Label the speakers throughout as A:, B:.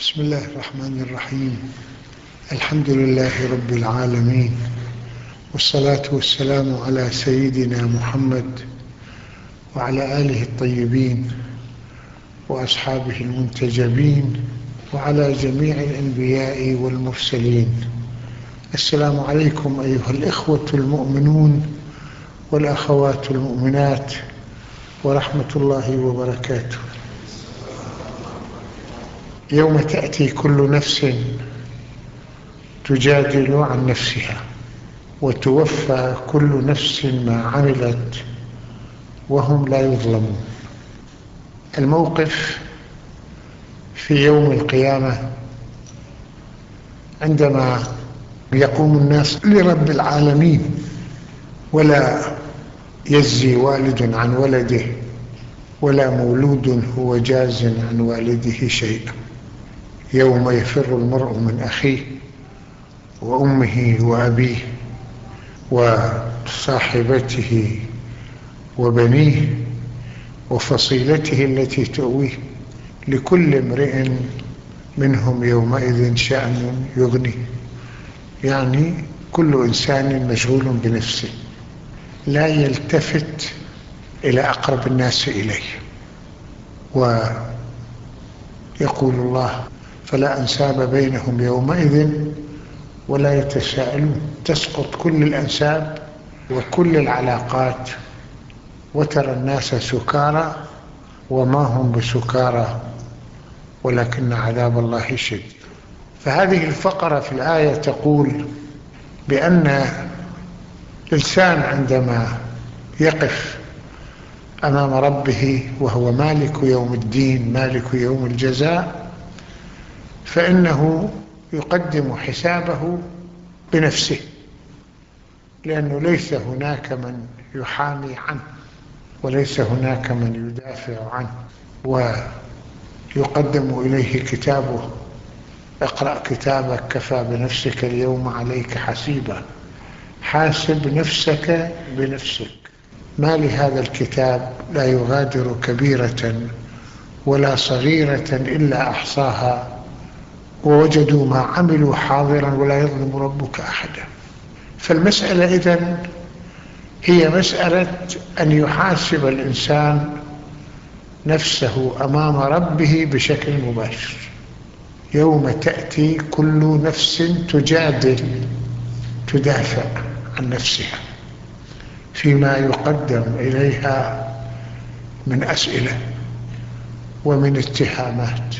A: بسم الله الرحمن الرحيم. الحمد لله رب العالمين، والصلاة والسلام على سيدنا محمد وعلى آله الطيبين وأصحابه المنتجبين وعلى جميع الأنبياء والمرسلين. السلام عليكم أيها الإخوة المؤمنون والأخوات المؤمنات ورحمة الله وبركاته. يوم تأتي كل نفس تجادل عن نفسها وتوفى كل نفس ما عملت وهم لا يظلمون. الموقف في يوم القيامة عندما يقوم الناس لرب العالمين ولا يجزي والد عن ولده ولا مولود هو جاز عن والده شيئا. يوم يفر المرء من أخيه وأمه وأبيه وصاحبته وبنيه وفصيلته التي تؤويه، لكل امرئ منهم يومئذ شأن يغنيه. يعني كل إنسان مشغول بنفسه لا يلتفت إلى أقرب الناس إليه. ويقول الله: فلا أنساب بينهم يومئذ ولا يتساءلون. تسقط كل الأنساب وكل العلاقات، وترى الناس سكارى وما هم بسكارى ولكن عذاب الله شديد. فهذه الفقرة في الآية تقول بأن الإنسان عندما يقف أمام ربه وهو مالك يوم الدين مالك يوم الجزاء، فإنه يقدم حسابه بنفسه، لأنه ليس هناك من يحامي عنه وليس هناك من يدافع عنه، ويقدم إليه كتابه: اقرأ كتابك كفى بنفسك اليوم عليك حسيبا، حاسب نفسك بنفسك. ما لهذا الكتاب لا يغادر كبيرة ولا صغيرة إلا أحصاها ووجدوا ما عملوا حاضرا ولا يظلم ربك أحدا. فالمسألة إذن هي مسألة أن يحاسب الإنسان نفسه أمام ربه بشكل مباشر. يوم تأتي كل نفس تجادل تدافع عن نفسها فيما يقدم إليها من أسئلة ومن اتهامات،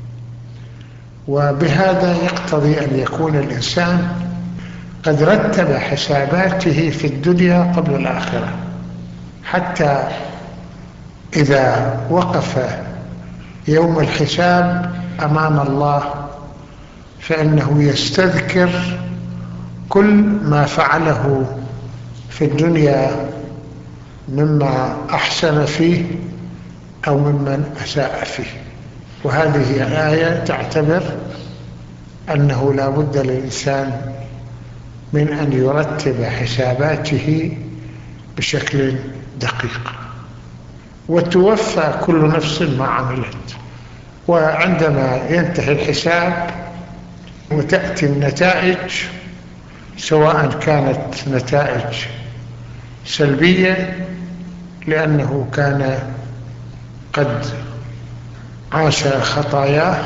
A: وبهذا يقتضي أن يكون الإنسان قد رتب حساباته في الدنيا قبل الآخرة، حتى إذا وقف يوم الحساب أمام الله فإنه يستذكر كل ما فعله في الدنيا مما أحسن فيه أو ممن أساء فيه. وهذه الآية تعتبر أنه لا بد للإنسان من أن يرتب حساباته بشكل دقيق، وتوفى كل نفس ما عملت. وعندما ينتهي الحساب وتأتي النتائج، سواء كانت نتائج سلبية لأنه كان قد عاش خطاياه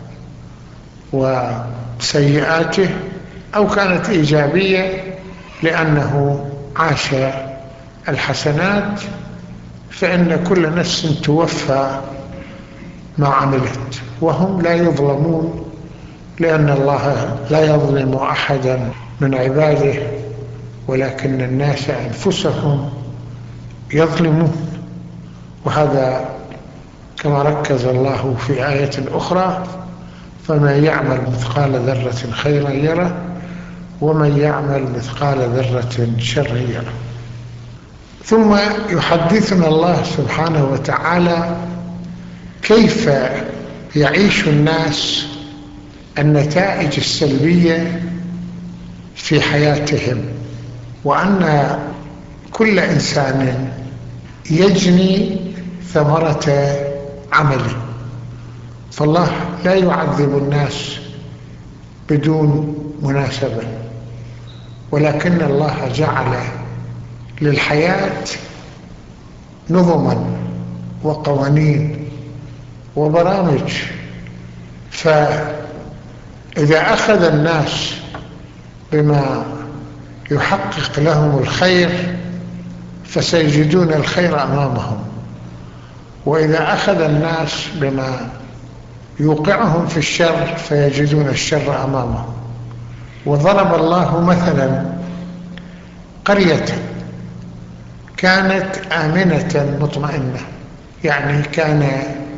A: وسيئاته، أو كانت إيجابية لأنه عاش الحسنات، فإن كل نفس توفى ما عملت وهم لا يظلمون، لأن الله لا يظلم أحدا من عباده ولكن الناس أنفسهم يظلمون. وهذا كما ركز الله في آية أخرى: فمن يعمل مثقال ذرة خيرا يره ومن يعمل مثقال ذرة شرا يره. ثم يحدثنا الله سبحانه وتعالى كيف يعيش الناس النتائج السلبية في حياتهم، وأن كل إنسان يجني ثمرة عمله. فالله لا يعذب الناس بدون مناسبة، ولكن الله جعل للحياة نظما وقوانين وبرامج. فإذا أخذ الناس بما يحقق لهم الخير فسيجدون الخير أمامهم، وإذا أخذ الناس بما يوقعهم في الشر فيجدون الشر أمامهم. وضرب الله مثلا قرية كانت آمنة مطمئنة، يعني كان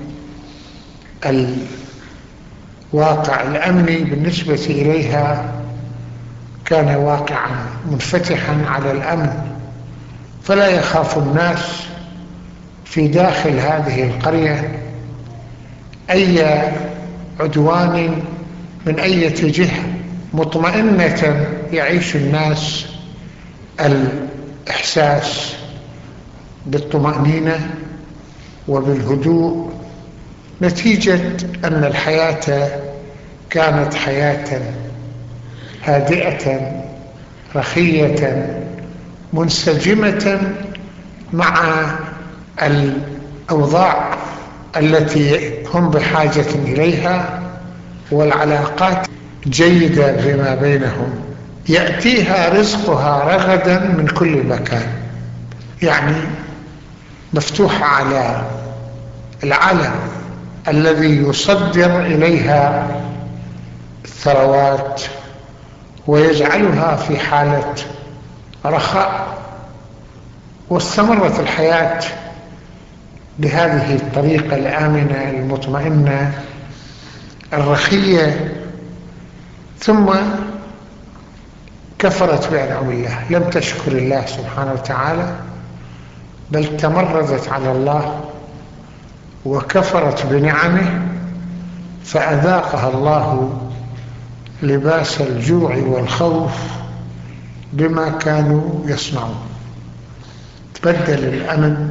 A: الواقع الأمني بالنسبة إليها كان واقعا منفتحا على الأمن، فلا يخاف الناس في داخل هذه القرية أي عدوان من أي جهة، مطمئنة يعيش الناس الإحساس بالطمأنينة وبالهدوء، نتيجة أن الحياة كانت حياة هادئة رخية منسجمة مع الأوضاع التي هم بحاجة إليها، والعلاقات جيدة بما بينهم، يأتيها رزقها رغدا من كل مكان، يعني مفتوحة على العالم الذي يصدر إليها الثروات ويجعلها في حالة رخاء. واستمرت الحياة بهذه الطريقة الآمنة المطمئنة الرخية، ثم كفرت بأنعم الله، لم تشكر الله سبحانه وتعالى، بل تمردت على الله وكفرت بنعمه، فأذاقها الله لباس الجوع والخوف بما كانوا يصنعون. تبدل الأمن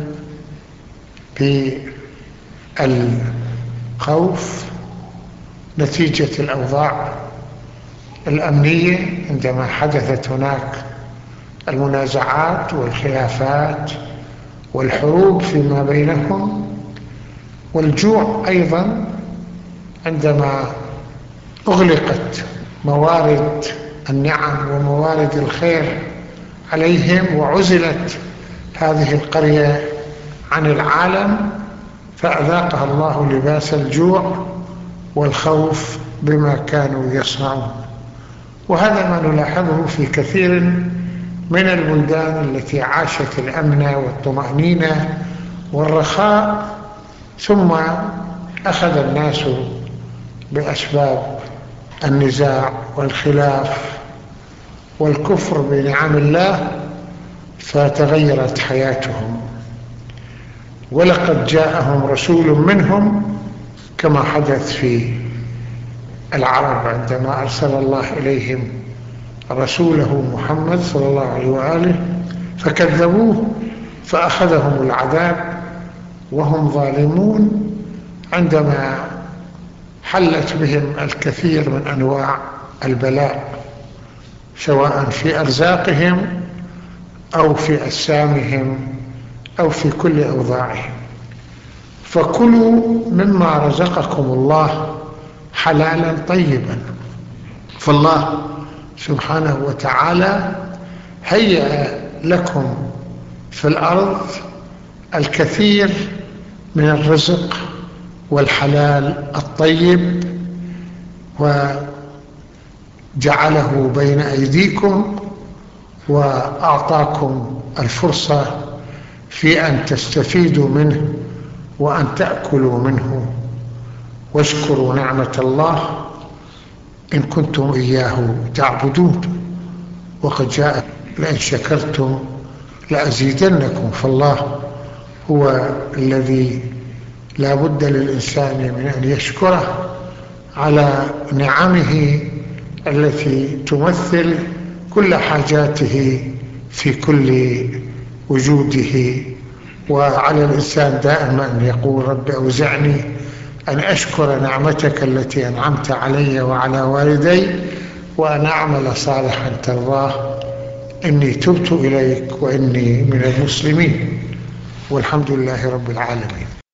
A: بالخوف نتيجة الأوضاع الأمنية عندما حدثت هناك المنازعات والخلافات والحروب فيما بينهم، والجوع أيضا عندما أغلقت موارد النعم وموارد الخير عليهم وعزلت هذه القرية عن العالم، فأذاقها الله لباس الجوع والخوف بما كانوا يصنعون. وهذا ما نلاحظه في كثير من البلدان التي عاشت الأمن والطمأنينة والرخاء، ثم أخذ الناس بأسباب النزاع والخلاف والكفر بنعم الله فتغيرت حياتهم. ولقد جاءهم رسول منهم كما حدث في العرب عندما أرسل الله إليهم رسوله محمد صلى الله عليه وآله فكذبوه فأخذهم العذاب وهم ظالمون، عندما حلت بهم الكثير من أنواع البلاء سواء في أرزاقهم أو في أجسامهم أو في كل أوضاعهم. فكلوا مما رزقكم الله حلالا طيبا. فالله سبحانه وتعالى هيأ لكم في الأرض الكثير من الرزق والحلال الطيب وجعله بين أيديكم وأعطاكم الفرصة في أن تستفيدوا منه وأن تأكلوا منه، واشكروا نعمة الله إن كنتم إياه تعبدون. وقد جاء لئن شكرتم لأزيدنكم. فالله هو الذي لا بد للإنسان من أن يشكره على نعمه التي تمثل كل حاجاته في كل وجوده. وعلى الإنسان دائما أن يقول رب أوزعني أن أشكر نعمتك التي أنعمت علي وعلى والدي، وأن أعمل صالحا ترضاه. إني تبت إليك وإني من المسلمين، والحمد لله رب العالمين.